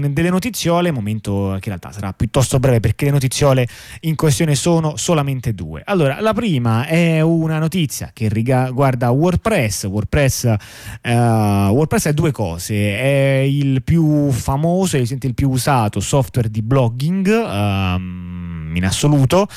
delle notiziole, momento che in realtà sarà piuttosto breve perché le notiziole in questione sono solamente due. Allora, la prima è una notizia che riguarda WordPress. WordPress è due cose: è il più famoso, il più usato software di blogging in assoluto,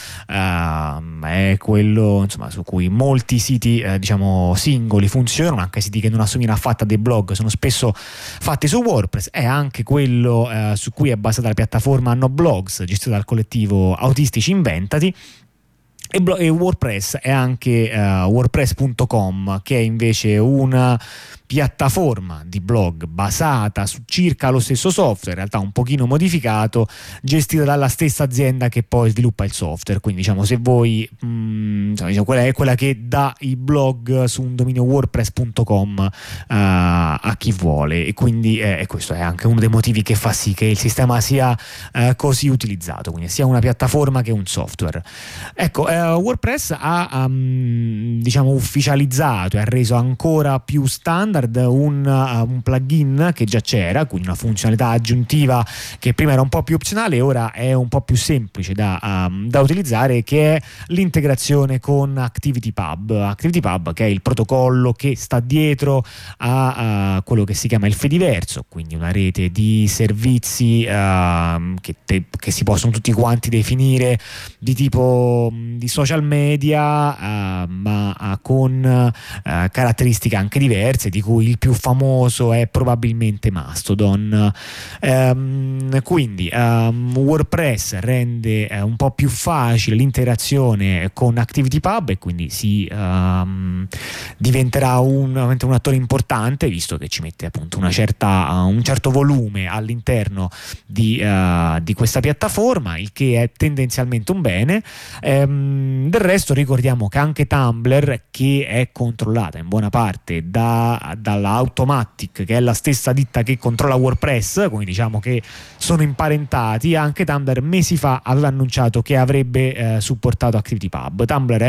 è quello insomma su cui molti siti diciamo singoli funzionano, anche siti che non assomigliano affatto a dei blog sono spesso fatti su WordPress. È anche quello su cui è basata la piattaforma Noblogs, gestita dal collettivo Autistici Inventati. E WordPress è anche WordPress.com, che è invece una piattaforma di blog basata su circa lo stesso software, in realtà un pochino modificato, gestita dalla stessa azienda che poi sviluppa il software. Quindi diciamo, se voi diciamo, quella è quella che dà i blog su un dominio WordPress.com a chi vuole, e quindi questo è anche uno dei motivi che fa sì che il sistema sia così utilizzato, quindi sia una piattaforma che un software. Ecco, WordPress ha diciamo ufficializzato e ha reso ancora più standard un plugin che già c'era, quindi una funzionalità aggiuntiva che prima era un po' più opzionale e ora è un po' più semplice da utilizzare, che è l'integrazione con ActivityPub, che è il protocollo che sta dietro a quello che si chiama il Fediverso, quindi una rete di servizi che si possono tutti quanti definire di tipo di social media, ma con caratteristiche anche diverse, di cui il più famoso è probabilmente Mastodon. Quindi WordPress rende un po' più facile l'interazione con ActivityPub, e quindi diventerà un attore importante, visto che ci mette appunto un certo volume all'interno di questa piattaforma, il che è tendenzialmente un bene. Del resto ricordiamo che anche Tumblr, che è controllata in buona parte dalla Automattic, che è la stessa ditta che controlla WordPress, quindi diciamo che sono imparentati, anche Tumblr mesi fa aveva annunciato che avrebbe supportato ActivityPub. Tumblr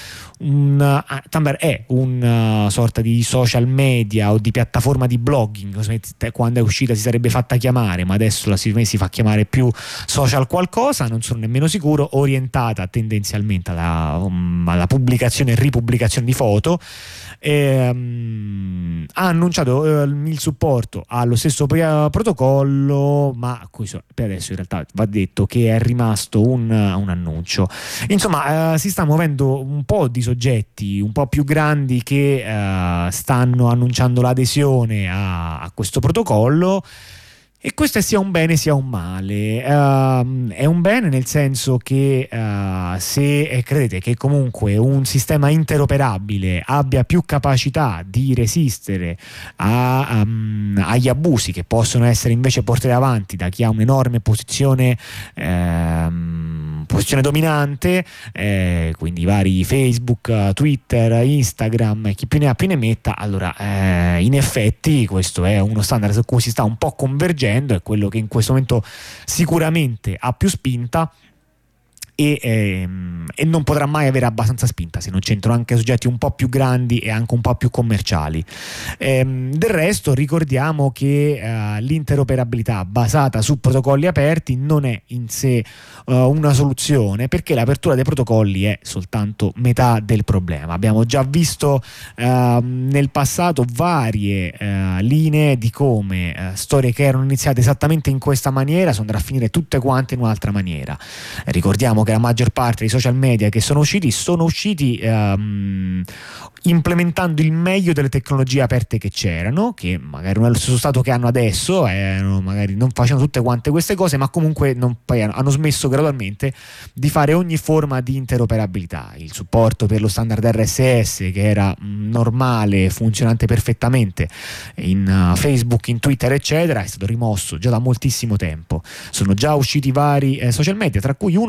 è una sorta di social media o di piattaforma di blogging, quando è uscita si sarebbe fatta chiamare, ma adesso si fa chiamare più social qualcosa, non sono nemmeno sicuro, orientata tendenzialmente alla pubblicazione e ripubblicazione di foto. Ha annunciato il supporto allo stesso protocollo, ma questo per adesso in realtà va detto che è rimasto un annuncio. Insomma, si sta muovendo un po' di soggetti un po' più grandi che stanno annunciando l'adesione a questo protocollo. E questo sia un bene sia un male. È un bene nel senso che se credete che comunque un sistema interoperabile abbia più capacità di resistere agli abusi che possono essere invece portati avanti da chi ha un'enorme posizione dominante, quindi vari Facebook, Twitter, Instagram, chi più ne ha più ne metta, allora in effetti questo è uno standard su cui si sta un po' convergendo, è quello che in questo momento sicuramente ha più spinta e non potrà mai avere abbastanza spinta se non c'entrano anche soggetti un po' più grandi e anche un po' più commerciali. Del resto ricordiamo che l'interoperabilità basata su protocolli aperti non è in sé una soluzione, perché l'apertura dei protocolli è soltanto metà del problema. Abbiamo già visto nel passato varie linee di come storie che erano iniziate esattamente in questa maniera sono andate a finire tutte quante in un'altra maniera. Ricordiamo che la maggior parte dei social media che sono usciti implementando il meglio delle tecnologie aperte che c'erano, che magari non è lo stesso stato che hanno adesso, magari non facevano tutte quante queste cose, ma comunque poi hanno smesso gradualmente di fare ogni forma di interoperabilità. Il supporto per lo standard RSS, che era normale, funzionante perfettamente in Facebook, in Twitter eccetera, è stato rimosso già da moltissimo tempo. Sono già usciti vari social media, tra cui uno che era stato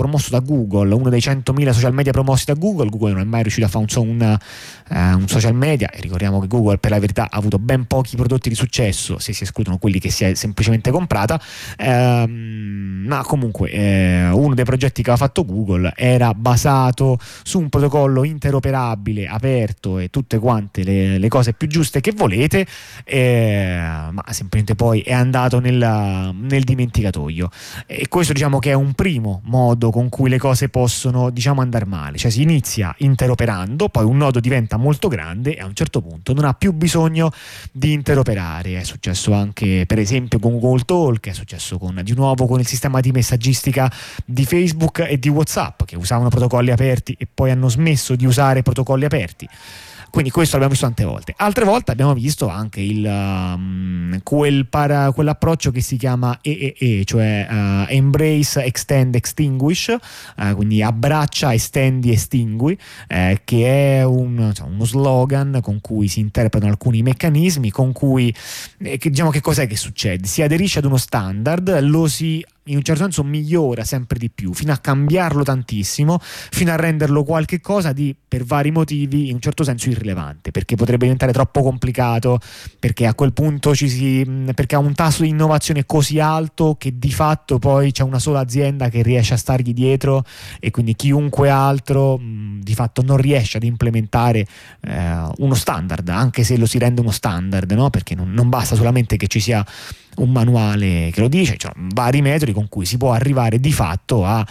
promosso da Google, uno dei 100.000 social media promossi da Google. Google non è mai riuscito a fare un social media, e ricordiamo che Google per la verità ha avuto ben pochi prodotti di successo, se si escludono quelli che si è semplicemente comprata, ma comunque uno dei progetti che aveva fatto Google era basato su un protocollo interoperabile, aperto e tutte quante le cose più giuste che volete, ma semplicemente poi è andato nel dimenticatoio. E questo diciamo che è un primo modo con cui le cose possono, diciamo, andare male. Cioè si inizia interoperando, poi un nodo diventa molto grande e a un certo punto non ha più bisogno di interoperare. È successo anche per esempio con Google Talk, è successo di nuovo con il sistema di messaggistica di Facebook e di WhatsApp, che usavano protocolli aperti e poi hanno smesso di usare protocolli aperti. Quindi questo l'abbiamo visto tante volte. Altre volte abbiamo visto anche quell'approccio che si chiama EEE, cioè Embrace, Extend, Extinguish, quindi abbraccia, estendi, estingui, che è uno slogan con cui si interpretano alcuni meccanismi, con cui diciamo che cos'è che succede? Si aderisce ad uno standard, lo si in un certo senso migliora sempre di più, fino a cambiarlo tantissimo, fino a renderlo qualche cosa di, per vari motivi, in un certo senso irrilevante, perché potrebbe diventare troppo complicato, perché a quel punto perché ha un tasso di innovazione così alto che di fatto poi c'è una sola azienda che riesce a stargli dietro, e quindi chiunque altro di fatto non riesce ad implementare uno standard, anche se lo si rende uno standard, no? Perché non basta solamente che ci sia un manuale che lo dice, cioè vari metodi con cui si può arrivare di fatto ad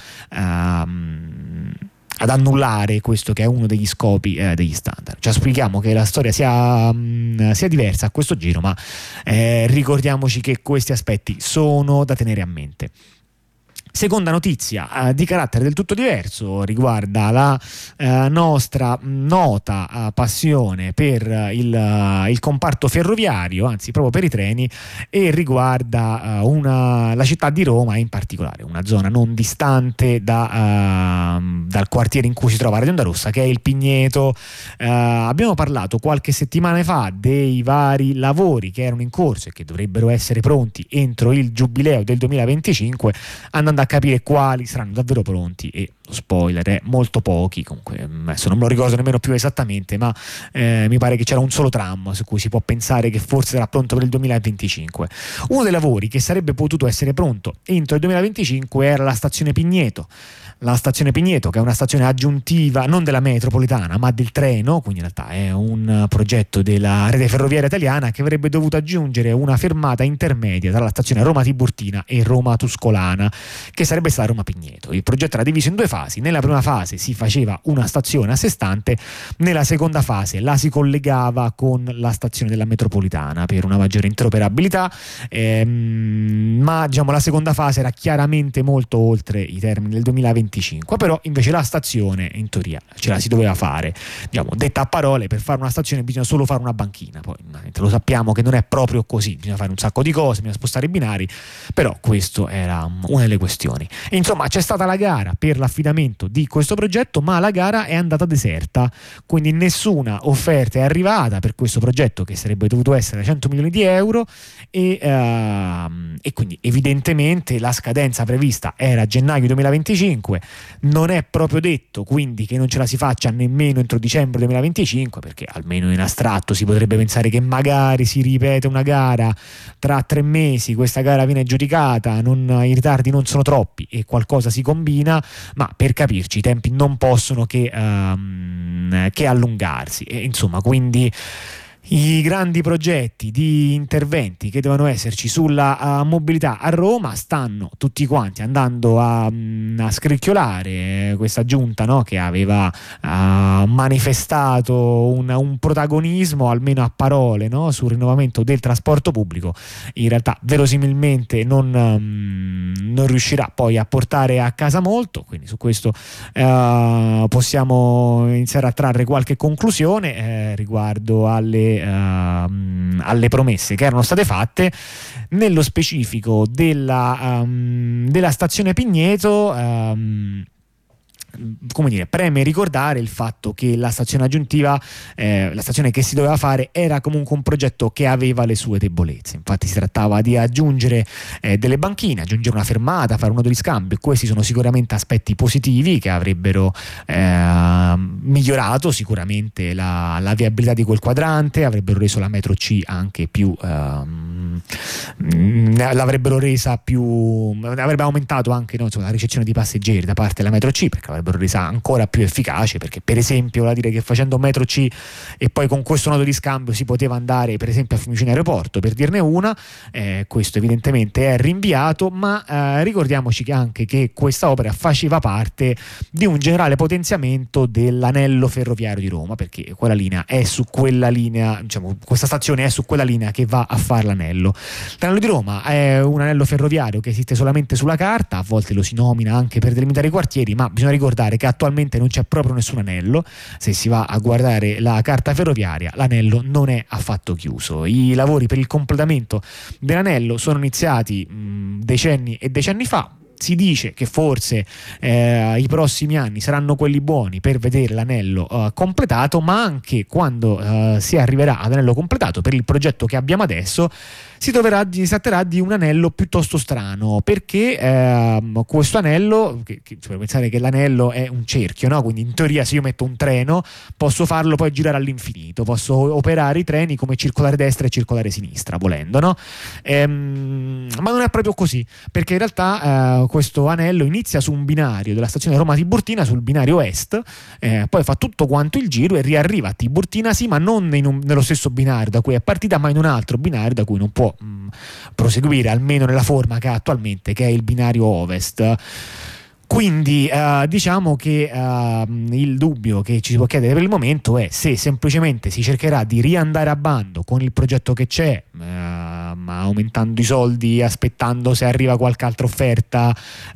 annullare questo che è uno degli scopi degli standard. Cioè spieghiamo che la storia sia diversa a questo giro, ma ricordiamoci che questi aspetti sono da tenere a mente. Seconda notizia di carattere del tutto diverso, riguarda la nostra nota passione per il comparto ferroviario, anzi proprio per i treni, e riguarda la città di Roma, in particolare una zona non distante dal quartiere in cui si trova Radio Onda Rossa, che è il Pigneto. Abbiamo parlato qualche settimana fa dei vari lavori che erano in corso e che dovrebbero essere pronti entro il giubileo del 2025, andando a capire quali saranno davvero pronti, e spoiler, molto pochi. Comunque adesso non me lo ricordo nemmeno più esattamente, ma mi pare che c'era un solo tram su cui si può pensare che forse sarà pronto per il 2025. Uno dei lavori che sarebbe potuto essere pronto entro il 2025 era la stazione Pigneto. La stazione Pigneto, che è una stazione aggiuntiva non della metropolitana ma del treno, quindi in realtà è un progetto della rete ferroviaria italiana, che avrebbe dovuto aggiungere una fermata intermedia tra la stazione Roma Tiburtina e Roma Tuscolana, che sarebbe stata Roma Pigneto. Il progetto era diviso in due fasi. Nella prima fase si faceva una stazione a sé stante, nella seconda fase la si collegava con la stazione della metropolitana per una maggiore interoperabilità, ma diciamo la seconda fase era chiaramente molto oltre i termini del 2025. Però invece la stazione in teoria ce la si doveva fare, diciamo, detta a parole: per fare una stazione bisogna solo fare una banchina. Poi lo sappiamo che non è proprio così, bisogna fare un sacco di cose, bisogna spostare i binari, però questo era una delle questioni. E insomma c'è stata la gara per l'affidamento di questo progetto, ma la gara è andata deserta, quindi nessuna offerta è arrivata per questo progetto, che sarebbe dovuto essere 100 milioni di euro, e quindi evidentemente la scadenza prevista era gennaio 2025. Non è proprio detto quindi che non ce la si faccia nemmeno entro dicembre 2025, perché almeno in astratto si potrebbe pensare che magari si ripete una gara tra 3 mesi, questa gara viene giudicata, i ritardi non sono troppi e qualcosa si combina, ma per capirci i tempi non possono che allungarsi, e insomma quindi i grandi progetti di interventi che dovevano esserci sulla mobilità a Roma stanno tutti quanti andando a scricchiolare. Questa giunta, no, che aveva manifestato un protagonismo almeno a parole, no, sul rinnovamento del trasporto pubblico, in realtà verosimilmente non riuscirà poi a portare a casa molto. Quindi su questo possiamo iniziare a trarre qualche conclusione riguardo alle promesse che erano state fatte. Nello specifico della stazione Pigneto, come dire, preme ricordare il fatto che la stazione aggiuntiva, la stazione che si doveva fare, era comunque un progetto che aveva le sue debolezze. Infatti si trattava di aggiungere delle banchine, aggiungere una fermata, fare un nodo di scambio. Questi sono sicuramente aspetti positivi che avrebbero migliorato sicuramente la viabilità di quel quadrante, avrebbero reso la metro C anche più l'avrebbero resa più, avrebbe aumentato anche, no, insomma, la ricezione di passeggeri da parte della metro C, perché l'avrebbero resa ancora più efficace, perché per esempio vuol dire che facendo metro C e poi con questo nodo di scambio si poteva andare per esempio a Fiumicino Aeroporto, per dirne una. Questo evidentemente è rinviato, ma ricordiamoci che anche che questa opera faceva parte di un generale potenziamento dell'anello ferroviario di Roma, perché quella linea è su quella linea, diciamo, questa stazione è su quella linea che va a fare l'anello. L'anello di Roma è un anello ferroviario che esiste solamente sulla carta, a volte lo si nomina anche per delimitare i quartieri, ma bisogna ricordare che attualmente non c'è proprio nessun anello. Se si va a guardare la carta ferroviaria, l'anello non è affatto chiuso. I lavori per il completamento dell'anello sono iniziati decenni e decenni fa. Si dice che forse i prossimi anni saranno quelli buoni per vedere l'anello completato, ma anche quando si arriverà ad anello completato per il progetto che abbiamo adesso si tratterà di un anello piuttosto strano, perché questo anello, si può pensare che l'anello è un cerchio, no? Quindi in teoria se io metto un treno posso farlo poi girare all'infinito, posso operare i treni come circolare destra e circolare sinistra volendo, no? Ma non è proprio così, perché in realtà questo anello inizia su un binario della stazione Roma Tiburtina, sul binario est, poi fa tutto quanto il giro e riarriva a Tiburtina, sì, ma non nello stesso binario da cui è partita, ma in un altro binario da cui non può proseguire, almeno nella forma che ha attualmente, che è il binario ovest. Quindi diciamo che il dubbio che ci si può chiedere per il momento è se semplicemente si cercherà di riandare a bando con il progetto che c'è, aumentando i soldi, aspettando se arriva qualche altra offerta,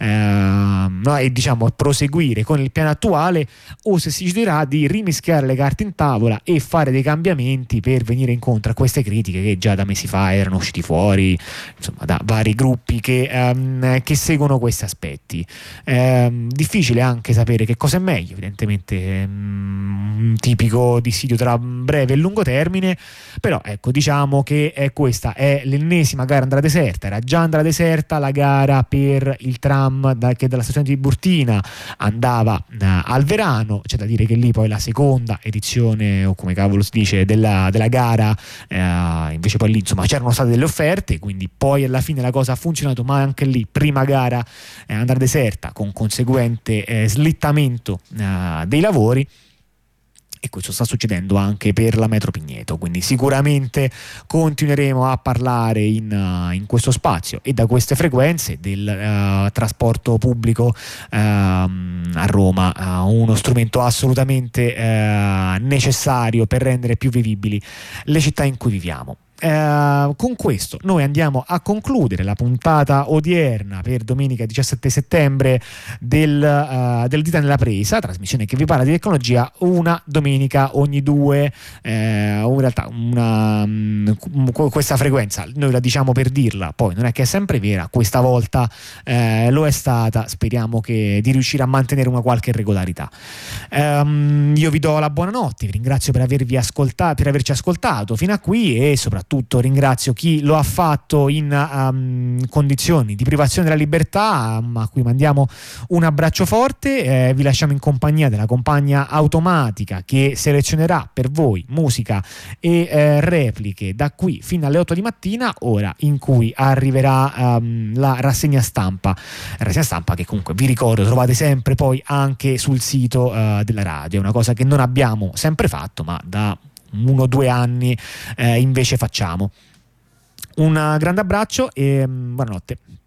no, e diciamo proseguire con il piano attuale, o se si deciderà di rimischiare le carte in tavola e fare dei cambiamenti per venire incontro a queste critiche che già da mesi fa erano usciti fuori, insomma, da vari gruppi che seguono questi aspetti. Difficile anche sapere che cosa è meglio, evidentemente un tipico dissidio tra breve e lungo termine, però ecco, diciamo che questa è l'ennesima gara andata deserta. Era già andata deserta la gara per il tram che dalla stazione di Tiburtina andava al Verano. C'è da dire che lì poi la seconda edizione, o come cavolo si dice, della gara, invece poi lì insomma c'erano state delle offerte, quindi poi alla fine la cosa ha funzionato, ma anche lì prima gara andata deserta con conseguente slittamento dei lavori. E questo sta succedendo anche per la metro Pigneto, quindi sicuramente continueremo a parlare in questo spazio e da queste frequenze del trasporto pubblico a Roma, uno strumento assolutamente necessario per rendere più vivibili le città in cui viviamo. Con questo noi andiamo a concludere la puntata odierna per domenica 17 settembre del Dita nella Presa, trasmissione che vi parla di tecnologia una domenica ogni due, o in realtà questa frequenza noi la diciamo per dirla, poi non è che è sempre vera, questa volta lo è stata. Speriamo di riuscire a mantenere una qualche regolarità. Io vi do la buonanotte, vi ringrazio per averci ascoltato fino a qui, e soprattutto ringrazio chi lo ha fatto in condizioni di privazione della libertà, a cui mandiamo un abbraccio forte. Vi lasciamo in compagnia della compagna automatica che selezionerà per voi musica e repliche da qui fino alle 8 di mattina, ora in cui arriverà la rassegna stampa che comunque vi ricordo trovate sempre poi anche sul sito della radio. È una cosa che non abbiamo sempre fatto, ma da 1 o 2 anni invece facciamo. Un grande abbraccio e buonanotte.